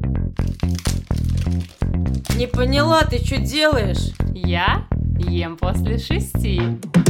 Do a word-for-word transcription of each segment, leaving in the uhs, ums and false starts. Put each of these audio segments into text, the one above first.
Не поняла, ты что делаешь? Я ем после шести.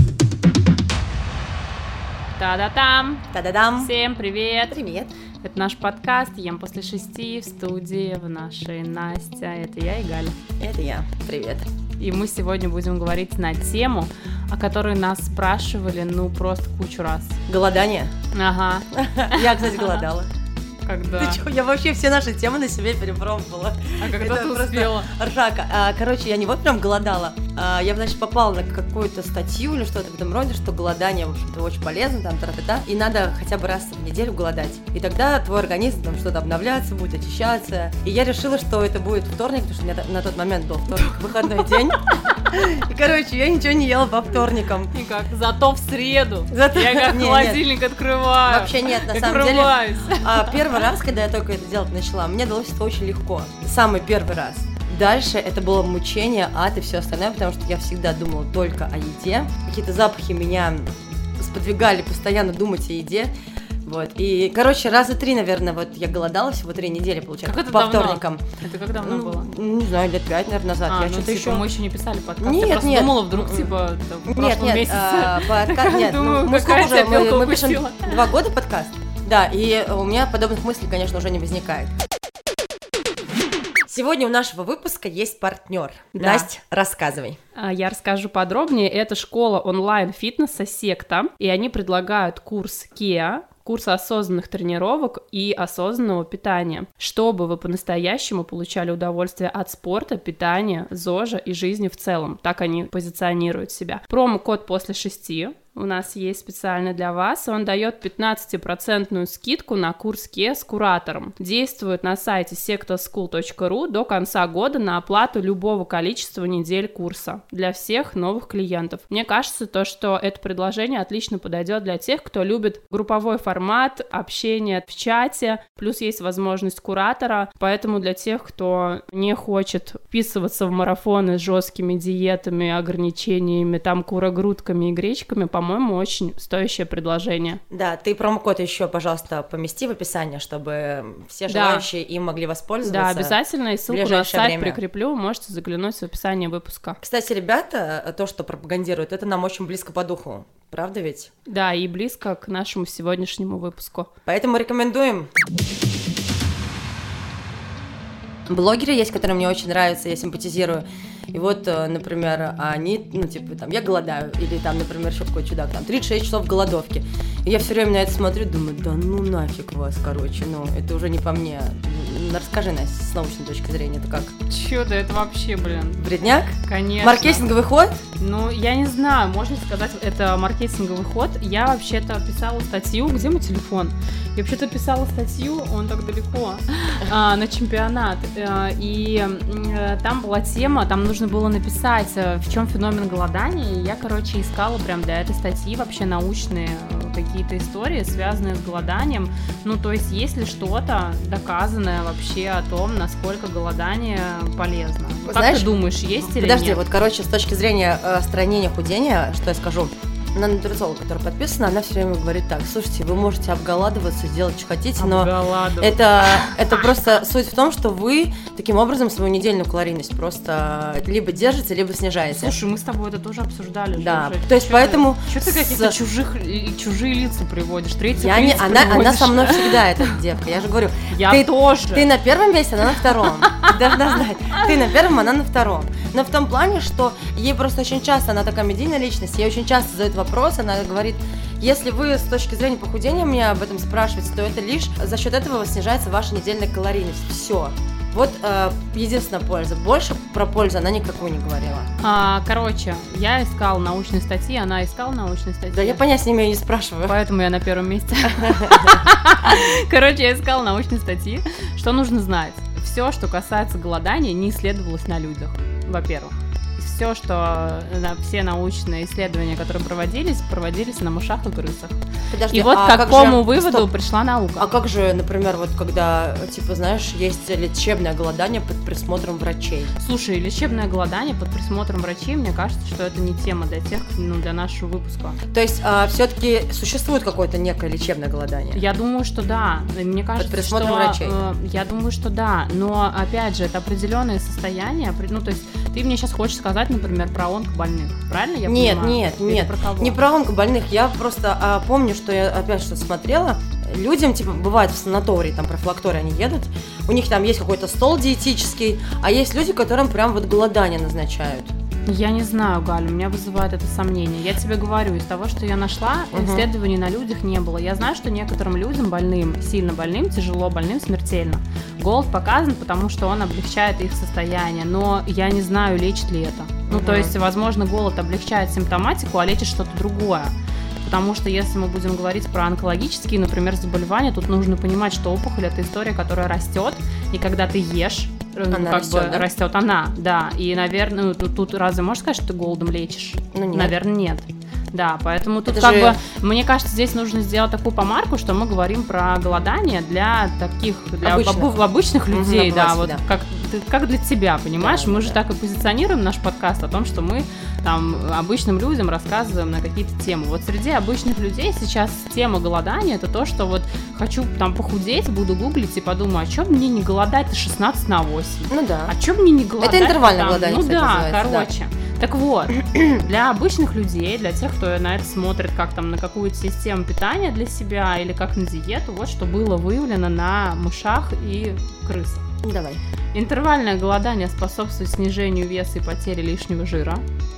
Та-да-там! Та-да-дам! Всем привет! Привет! Это наш подкаст «Ем после шести» в студии в нашей Настя. Это я и Галя. Это я. Привет. И мы сегодня будем говорить на тему, о которой нас спрашивали, ну, просто кучу раз. Голодание? Ага. Я, кстати, голодала. Когда? Ты чё, я вообще все наши темы на себе перепробовала. А когда Это ты просто успела? Ржака. А, короче, я не вот прям голодала. А, я, значит, попала на какую-то статью или что-то в этом роде, что голодание, в общем-то, очень полезно, там, тра-та-та, и надо хотя бы раз в неделю голодать. И тогда твой организм там что-то обновляться будет, очищаться. И я решила, что это будет вторник, потому что у меня на тот момент был вторник, выходной день. И, короче, я ничего не ела по вторникам. И как? Зато в среду. Зато... Я как не, холодильник нет. открываю. Вообще нет, на я самом крываюсь. деле. А, первый раз, когда я только это делать начала, мне далось это очень легко. Самый первый раз. Дальше это было мучение, ад и все остальное, потому что я всегда думала только о еде. Какие-то запахи меня сподвигали постоянно думать о еде. Вот. И, короче, раза три, наверное, вот я голодала всего три недели, получается, как это по давно? вторникам. Это как давно ну, было? Не знаю, лет пять, наверное, назад. А, я ну, что-то типа, еще... мы еще не писали подкаст. Нет, я просто нет. думала, вдруг, типа, в прошлом нет, нет, месяце. А, подка... нет, Думаю, ну, мы какая сколько уже, тебя мы, мы укусила. пишем два года подкаст. Да, и у меня подобных мыслей, конечно, уже не возникает. Сегодня у нашего выпуска есть партнер. Да. Настя, рассказывай. Я расскажу подробнее. Это школа онлайн-фитнеса «Секта», и они предлагают курс КЕА, курс осознанных тренировок и осознанного питания, чтобы вы по-настоящему получали удовольствие от спорта, питания, зожа и жизни в целом. Так они позиционируют себя. Промокод «После шести» у нас есть специально для вас, он дает пятнадцатипроцентную скидку на курс КЕА с куратором. Действует на сайте секта скул точка ру до конца года на оплату любого количества недель курса для всех новых клиентов. Мне кажется, то, что это предложение отлично подойдет для тех, кто любит групповой формат, общение в чате, плюс есть возможность куратора, поэтому для тех, кто не хочет вписываться в марафоны с жесткими диетами, ограничениями, там, курогрудками и гречками, по-моему, очень стоящее предложение. Да, ты промокод еще, пожалуйста, помести в описание, чтобы все желающие да. им могли воспользоваться. Да, обязательно, и ссылку на сайт время. прикреплю, можете заглянуть в описание выпуска. Кстати, ребята, то, что пропагандируют, это нам очень близко по духу, правда ведь? Да, и близко к нашему сегодняшнему выпуску. Поэтому рекомендуем. Блогеры есть, которые мне очень нравятся, я симпатизирую. И вот, например, они, ну, типа, там, я голодаю, или там, например, еще какой чудак, там, тридцать шесть часов голодовки. И я все время на это смотрю, думаю, да ну нафиг вас, короче, ну, это уже не по мне. Расскажи, Настя, с научной точки зрения, это как? Чё, да это вообще, блин. Бредняк? Конечно. Маркетинговый ход? Ну, я не знаю, можно сказать, это маркетинговый ход. Я вообще-то писала статью, где мой телефон? Я вообще-то писала статью, он так далеко, а, на чемпионат. И там была тема, там нужно было написать, в чем феномен голодания. И я, короче, искала прям для этой статьи вообще научные какие-то истории, связанные с голоданием. Ну, то есть, есть ли что-то доказанное вообще о том, насколько голодание полезно? Как Знаешь, ты думаешь, есть или подожди, нет? вот, короче, с точки зрения э, стройнения, худения, что я скажу? На нутрициолог, которая подписана, она все время говорит так: слушайте, вы можете обголадываться, делать, что хотите, но это, это просто суть в том, что вы таким образом свою недельную калорийность просто либо держите, либо снижаете. Слушай, мы с тобой это тоже обсуждали. Да, уже. то есть Чё поэтому... Что ты каких-то с... чужих, чужие лица приводишь, третьих я лиц не, она, приводишь. она со мной всегда, эта девка, я же говорю. Я ты, тоже. Ты на первом месте, она на втором. Ты должна знать. Ты на первом, она на втором. Но в том плане, что ей просто очень часто, она такая медийная личность, ей очень часто задают вопрос, она говорит: если вы с точки зрения похудения меня об этом спрашиваете, то это лишь за счет этого снижается ваша недельная калорийность. Все. Вот э, единственная польза. Больше про пользу она никакую не говорила. А, короче, я искала научные статьи, она искала научные статьи. Да я понятия не имею, не спрашиваю. Поэтому я на первом месте. Короче, я искала научные статьи. Что нужно знать? Все, что касается голодания, не исследовалось на людях, во-первых. все, что да, все научные исследования, которые проводились, проводились на мышах и крысах. Подожди, и вот а к какому же... выводу Стоп. пришла наука. А как же, например, вот когда, типа, знаешь, есть лечебное голодание под присмотром врачей? Слушай, лечебное голодание под присмотром врачей, мне кажется, что это не тема для тех, ну, для нашего выпуска. То есть а, все-таки существует какое-то некое лечебное голодание? Я думаю, что да. Мне кажется, под присмотром что, врачей? Э, я думаю, что да. Но, опять же, это определенные состояния. Ну, то есть, ты мне сейчас хочешь сказать, например, про онкобольных, правильно я нет, понимаю? Нет, Или нет, про кого? Не про онкобольных. Я просто а, помню, что я опять что смотрела. Людям, типа, бывает в санатории, там, профилактории они едут, у них там есть какой-то стол диетический, а есть люди, которым прям вот голодание назначают. Я не знаю, Галя, у меня вызывает это сомнение. Я тебе говорю, из того, что я нашла, угу. исследований на людях не было. Я знаю, что некоторым людям больным, сильно больным, тяжело больным, смертельно, голод показан, потому что он облегчает их состояние, но я не знаю, лечит ли это. Ну, угу. то есть, возможно, голод облегчает симптоматику, а лечит что-то другое. Потому что если мы будем говорить про онкологические, например, заболевания, тут нужно понимать, что опухоль – это история, которая растет, и когда ты ешь, она как растет, бы да? растет она, да, и, наверное, ну, тут, тут разве можешь сказать, что ты голодом лечишь? Ну, нет. Наверное, нет. Да, поэтому тут это как же... бы, мне кажется, здесь нужно сделать такую помарку, что мы говорим про голодание для таких, для обычных, об, обычных людей, угу, да, вот как, как для тебя, понимаешь? Да, мы да. же так и позиционируем наш подкаст о том, что мы там обычным людям рассказываем на какие-то темы. Вот среди обычных людей сейчас тема голодания – это то, что вот хочу там похудеть, буду гуглить и подумаю, а чё мне не голодать-то шестнадцать на восемь? Ну да. А чё мне не голодать? Это интервальное там? голодание, Ну кстати, да, называется, короче. Да. Так вот, для обычных людей, для тех, кто на это смотрит как там на какую-то систему питания для себя или как на диету, вот что было выявлено на мышах и крысах. Давай. Интервальное голодание способствует снижению веса и потере лишнего жира.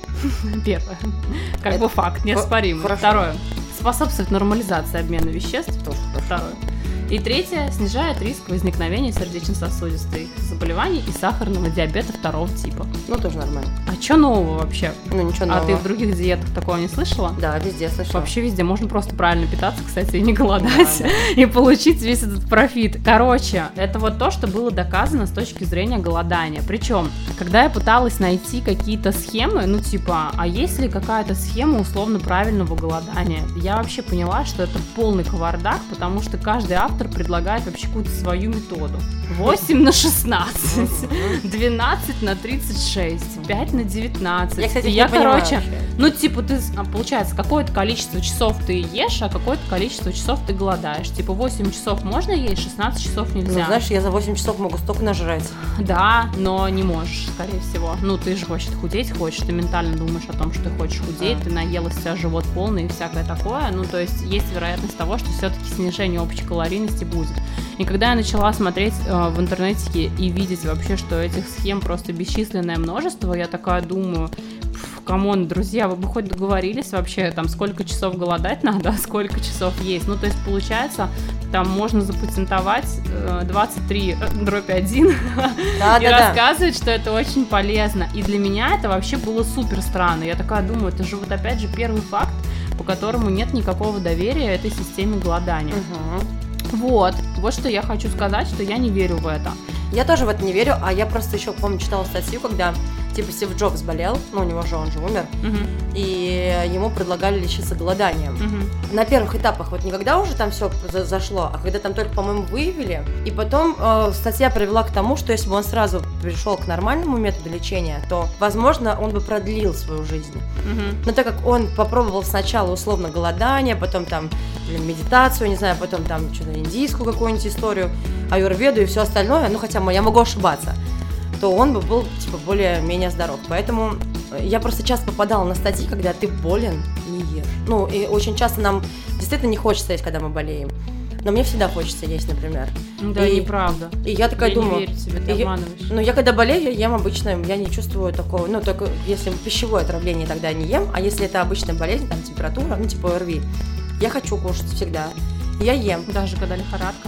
Первое. Как это бы факт, неоспоримый. Хорошо. Второе. Способствует нормализации обмена веществ. Тоже Второе. И третье, снижает риск возникновения сердечно-сосудистых заболеваний и сахарного диабета второго типа. Ну, тоже нормально. А что нового вообще? Ну, ничего нового. А ты в других диетах такого не слышала? Да, везде слышала. Вообще везде. Можно просто правильно питаться, кстати, и не голодать, да, да. и получить весь этот профит. Короче, это вот то, что было доказано с точки зрения голодания. Причем, когда я пыталась найти какие-то схемы, ну, типа, а есть ли какая-то схема условно правильного голодания, я вообще поняла, что это полный кавардак, потому что каждый автор предлагает вообще какую-то свою методу. восемь на шестнадцать, двенадцать на тридцать шесть, пять на девятнадцать. Я, кстати, и я, не понимаю короче, вообще. ну, типа, ты, получается, какое-то количество часов ты ешь, а какое-то количество часов ты голодаешь. Типа, восемь часов можно есть, шестнадцать часов нельзя. Ну, знаешь, я за восемь часов могу столько нажрать. Да, но не можешь, скорее всего. Ну, ты же хочешь худеть, хочешь, ты ментально думаешь о том, что ты хочешь худеть, а. ты наелась, у тебя живот полный и всякое такое. Ну, то есть, есть вероятность того, что все-таки снижение общей калорийности будет. И когда я начала смотреть э, в интернете и видеть вообще, что этих схем просто бесчисленное множество, я такая думаю, камон, друзья, вы бы хоть договорились вообще, там, сколько часов голодать надо, а сколько часов есть. Ну, то есть, получается, там можно запатентовать э, двадцать три дробь один да, и да, рассказывать, да. что это очень полезно. И для меня это вообще было супер странно. Я такая думаю, это же вот опять же первый факт, по которому нет никакого доверия этой системе голодания. Угу. Вот, вот что я хочу сказать, что я не верю в это. Я тоже в это не верю, а я просто еще, помню, читала статью, когда, типа, Стив Джобс болел, ну, у него же, он же умер, uh-huh. и ему предлагали лечиться голоданием. Uh-huh. На первых этапах, вот никогда уже там все за- зашло, а когда там только, по-моему, выявили, и потом э, статья привела к тому, что если бы он сразу пришел к нормальному методу лечения, то, возможно, он бы продлил свою жизнь. Uh-huh. Но так как он попробовал сначала условно голодание, потом там медитацию, не знаю, потом там что-то индийскую какую-нибудь историю, аюрведу и все остальное, ну, хотя я могу ошибаться, то он бы был, типа, более-менее здоров. Поэтому я просто часто попадала на статьи, когда ты болен, не ешь. Ну, и очень часто нам действительно не хочется есть, когда мы болеем. Но мне всегда хочется есть, например. Да, и, неправда. И я такая я думаю... не верю тебе, ты я, обманываешь. Ну, я когда болею, я ем обычно, я не чувствую такого... Ну, только если пищевое отравление, тогда я не ем, а если это обычная болезнь, там, температура, ну, типа ОРВИ, я хочу кушать всегда. Я ем. Даже когда лихорадка?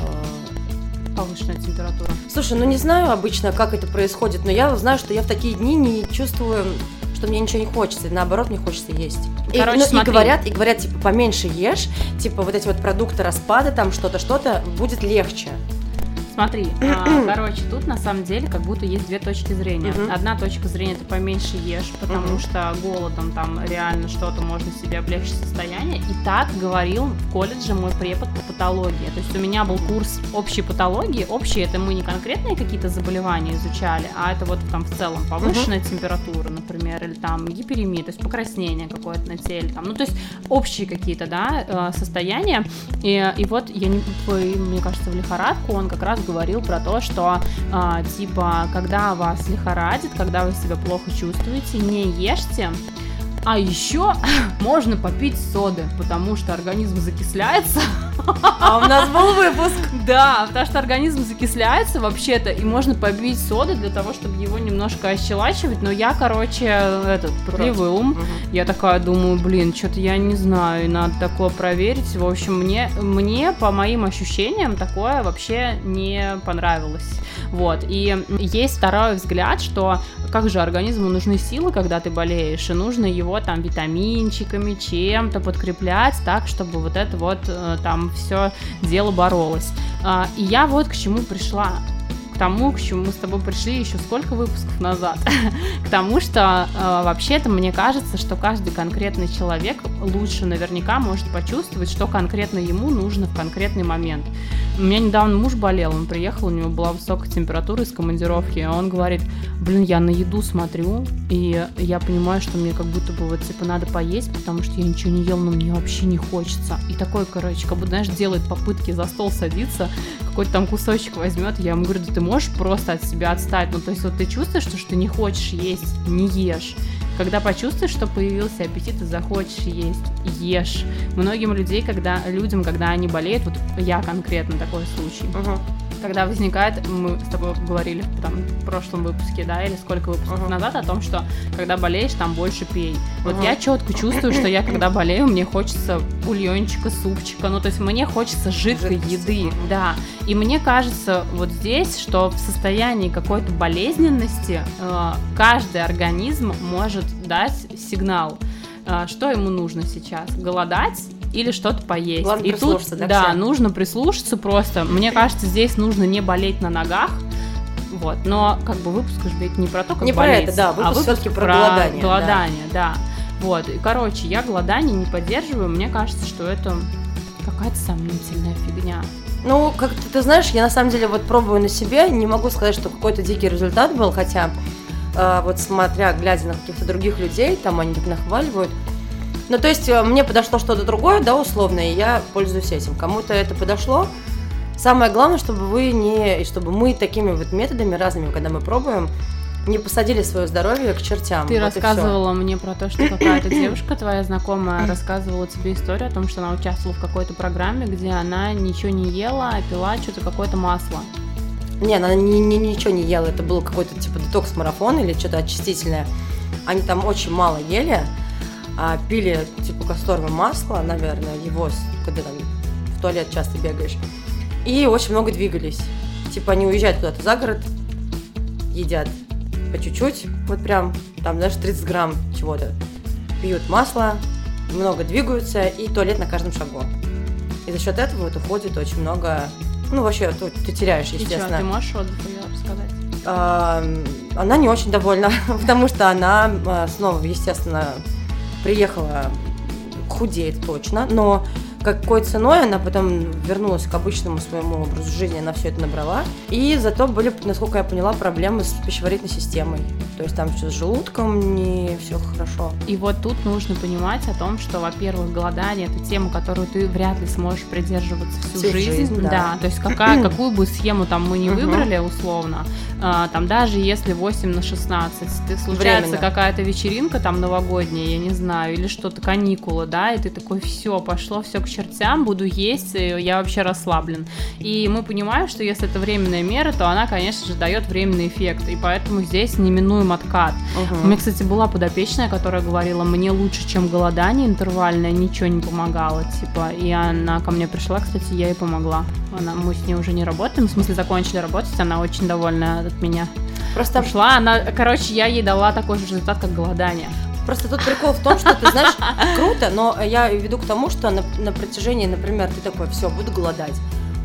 Повышенная температура. Слушай, ну не знаю обычно, как это происходит, но я знаю, что я в такие дни не чувствую, что мне ничего не хочется, наоборот, мне хочется есть. Короче, и, ну, смотри. и говорят, и говорят, типа, поменьше ешь, типа, вот эти вот продукты распада, там что-то, что-то, будет легче. смотри, а, короче, тут на самом деле как будто есть две точки зрения. Uh-huh. Одна точка зрения — ты поменьше ешь, потому uh-huh. что голодом там реально что-то можно себе облегчить состояние. И так говорил в колледже мой препод по патологии. То есть у меня был курс общей патологии. Общие — это мы не конкретные какие-то заболевания изучали, а это вот там в целом повышенная uh-huh. температура, например, или там гиперемия, то есть покраснение какое-то на теле. Там, ну, то есть общие какие-то, да, состояния. И, и вот я не, мне кажется, в лихорадку он как раз говорил про то, что а, типа, когда вас лихорадит, когда вы себя плохо чувствуете, не ешьте. А еще можно попить соды, потому что организм закисляется. А у нас был выпуск. Да, потому что организм закисляется вообще-то, и можно попить соды для того, чтобы его немножко ощелачивать. Но я, короче, этот, пытливый ум, угу. я такая думаю, блин, что-то я не знаю, надо такое проверить. В общем, мне, мне, по моим ощущениям, такое вообще не понравилось. Вот, и есть второй взгляд, что как же организму нужны силы, когда ты болеешь, и нужно его там витаминчиками, чем-то подкреплять так, чтобы вот это вот там все дело боролось. И я вот к чему пришла. К тому, к чему мы с тобой пришли еще сколько выпусков назад. К тому, что э, вообще-то мне кажется, что каждый конкретный человек лучше наверняка может почувствовать, что конкретно ему нужно в конкретный момент. У меня недавно муж болел, он приехал, у него была высокая температура из командировки, и он говорит, блин, я на еду смотрю, и я понимаю, что мне как будто бы вот типа надо поесть, потому что я ничего не ел, но мне вообще не хочется. И такой, короче, как будто, знаешь, делает попытки за стол садиться, какой-то там кусочек возьмет, я ему говорю, да ты можешь просто от себя отстать, ну то есть вот ты чувствуешь, что, что ты не хочешь есть, не ешь. Когда почувствуешь, что появился аппетит и захочешь есть, ешь. Многим людей, когда, людям, когда они болеют, вот я конкретно такой случай, uh-huh. когда возникает, мы с тобой говорили там, в прошлом выпуске, да, или сколько выпусков uh-huh. назад, о том, что когда болеешь, там больше пей. Вот uh-huh. я четко чувствую, что я, когда болею, мне хочется бульончика, супчика, ну, то есть мне хочется жидкой еды, uh-huh. да. И мне кажется вот здесь, что в состоянии какой-то болезненности э, каждый организм может дать сигнал, э, что ему нужно сейчас, голодать или что-то поесть. Главное, и тут, да, да, нужно прислушаться просто. Мне кажется, здесь нужно не болеть на ногах, вот. Но как бы выпуск же ведь не про то, как не болеть, про это, да, выпуск, а выпуск все-таки про, про голодание. голодание, да. да. Вот. И, короче, я голодание не поддерживаю. Мне кажется, что это какая-то сомнительная фигня. Ну, как ты, ты знаешь, я на самом деле вот пробую на себе, не могу сказать, что какой-то дикий результат был, хотя э, вот смотря, глядя на каких-то других людей, там они так нахваливают. Ну, то есть мне подошло что-то другое, да, условно, и я пользуюсь этим. Кому-то это подошло. Самое главное, чтобы вы не, и чтобы мы такими вот методами разными, когда мы пробуем, не посадили свое здоровье к чертям. Ты вот рассказывала мне про то, что какая-то девушка твоя знакомая рассказывала тебе историю о том, что она участвовала в какой-то программе, где она ничего не ела, а пила что-то, какое-то масло. Не, она ни, ни, ничего не ела, это был какой-то типа детокс-марафон или что-то очистительное. Они там очень мало ели, а пили типа касторовое масло, наверное, его, когда там в туалет часто бегаешь, и очень много двигались. Типа они уезжают куда-то за город, едят по чуть-чуть, вот прям, там, знаешь, тридцать грамм чего-то, пьют масло, много двигаются, и туалет на каждом шагу. И за счет этого вот уходит очень много, ну, вообще, ты, ты теряешь, естественно. И что, ты можешь отзыв ее рассказать? А, она не очень довольна, потому что она снова, естественно, приехала, худеет точно, но какой ценой она потом вернулась к обычному своему образу жизни, она все это набрала. И зато были, насколько я поняла, проблемы с пищеварительной системой. То есть там все с желудком не все хорошо. И вот тут нужно понимать о том, что, во-первых, голодание — это тема, которую ты вряд ли сможешь придерживаться всю, всю жизнь. жизнь да. да, то есть какая, какую бы схему там мы не выбрали, условно, а, там даже если восемь на шестнадцать, ты случается Временно. какая-то вечеринка там новогодняя, я не знаю, или что-то, каникулы, да, и ты такой, все, пошло все к чертям, буду есть, я вообще расслаблен. И мы понимаем, что если это временная мера, то она, конечно же, дает временный эффект, и поэтому здесь неминуем откат. Uh-huh. У меня, кстати, была подопечная, которая говорила, мне лучше, чем голодание интервальное, ничего не помогало, типа, и она ко мне пришла, кстати, я ей помогла. Она, мы с ней уже не работаем, в смысле, закончили работать, она очень довольна от меня. Просто ушла, она, короче, я ей дала такой же результат, как голодание. Просто тут прикол в том, что ты знаешь, круто, но я веду к тому, что на, на протяжении, например, ты такой, все, буду голодать.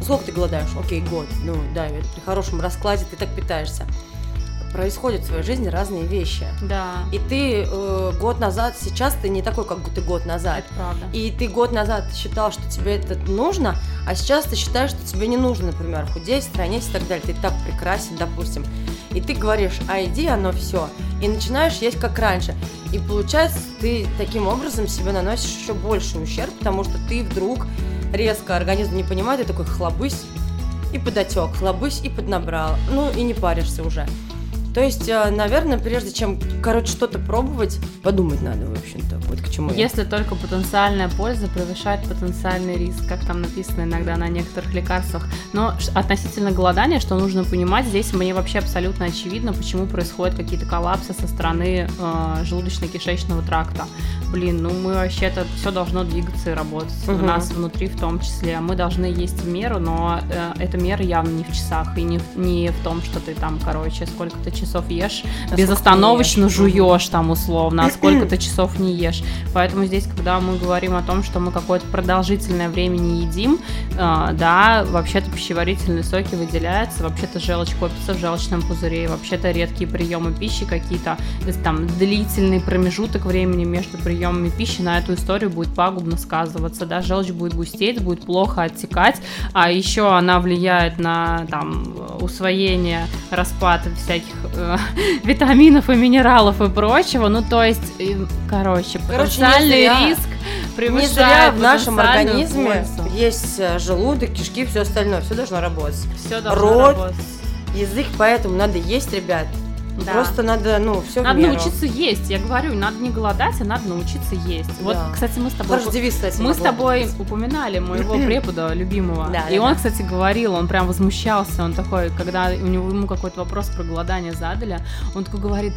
сколько ты голодаешь? Окей, год. Ну, да, при хорошем раскладе ты так питаешься. Происходят в твоей жизни разные вещи. Да. И ты э, год назад, сейчас ты не такой, как ты год назад. Это правда. И ты год назад считал, что тебе это нужно, а сейчас ты считаешь, что тебе не нужно, например, худеть, стройнеть и так далее. Ты так прекрасен, допустим. И ты говоришь, а иди оно все. И начинаешь есть как раньше. И получается, ты таким образом себе наносишь еще больший ущерб, потому что ты вдруг резко организм не понимает, и такой хлобысь и подотек, хлобысь и поднабрал. Ну и не паришься уже. То есть, наверное, прежде чем, короче, что-то пробовать, подумать надо, в общем-то, вот к чему. Если я. Только потенциальная польза превышает потенциальный риск, как там написано иногда на некоторых лекарствах. Но относительно голодания, что нужно понимать, здесь мне вообще абсолютно очевидно, почему происходят какие-то коллапсы со стороны э, желудочно-кишечного тракта. Блин, ну мы вообще-то все должно двигаться и работать. Угу. У нас внутри в том числе. Мы должны есть в меру, но э, эта мера явно не в часах и не, не в том, что ты там, короче, сколько-то часов часов ешь, а безостановочно жуешь там условно, а сколько ты часов не ешь. Поэтому здесь, когда мы говорим о том, что мы какое-то продолжительное время не едим, э, да, вообще-то пищеварительные соки выделяются, вообще-то желчь копится в желчном пузыре, вообще-то редкие приемы пищи какие-то, там, длительный промежуток времени между приемами пищи на эту историю будет пагубно сказываться, да, желчь будет густеть, будет плохо оттекать, а еще она влияет на, там, усвоение, распад всяких витаминов и минералов и прочего, ну то есть, короче, потенциальный короче, риск превышает не зря в нашем организме пользу. Есть желудок, кишки, все остальное, все должно работать. Все должно Рот, работать. Язык, поэтому надо есть, ребят. Да. Просто надо, ну, все надо в меру. научиться есть. Я говорю, надо не голодать, а надо научиться есть. Да. Вот, кстати, мы с тобой... Хороший девиз, кстати, мы с тобой упоминали моего препода любимого. Да, и да, он, да. кстати, говорил, он прям возмущался. Он такой, когда у него ему какой-то вопрос про голодание задали, он такой говорит,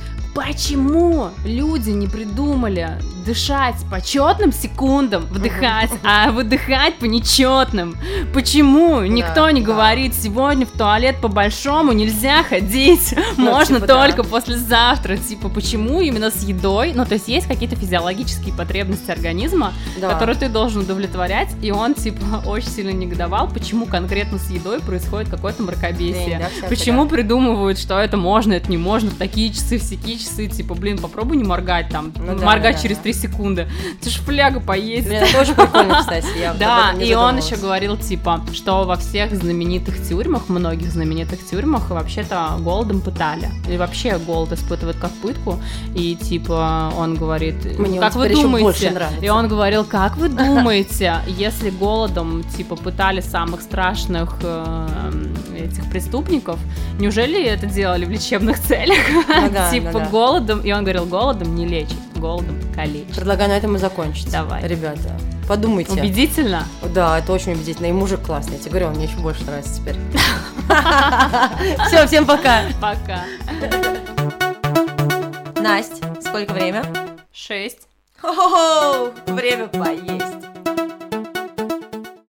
почему люди не придумали дышать по четным секундам, вдыхать, а выдыхать по нечетным? Почему? Никто да, не да. говорит, сегодня в туалет по-большому нельзя ходить, ну, можно типа, только да. послезавтра, типа, почему именно с едой? Ну, то есть есть какие-то физиологические потребности организма, да. которые ты должен удовлетворять, и он, типа, очень сильно негодовал, почему конкретно с едой происходит какое-то мракобесие. Да, почему да. придумывают, что это можно, это не можно, в такие часы, в сякие часы, типа, блин, попробуй не моргать там, ну, моргать да, через три да. секунды, ты ж фляга поедет. Блин, это очень прикольно, кстати, я Да, и он еще говорил, типа, что во всех знаменитых тюрьмах, многих знаменитых тюрьмах вообще-то голодом пытали, или вообще голод испытывают как пытку, и типа он говорит, мне как он вы думаете, и он говорил, как вы думаете, если голодом типа пытали самых страшных э, этих преступников, неужели это делали в лечебных целях? Ну, да, типа ну, да. голодом, и он говорил, голодом не лечит, голодом калечит. Предлагаю на этом и закончить. Давай. Ребята, подумайте. Убедительно? Да, это очень убедительно. И мужик классный. Я тебе говорю, он мне еще больше нравится теперь. Все, всем пока. Пока. Настя, сколько время? Шесть. Хо-хо-хо! Время поесть.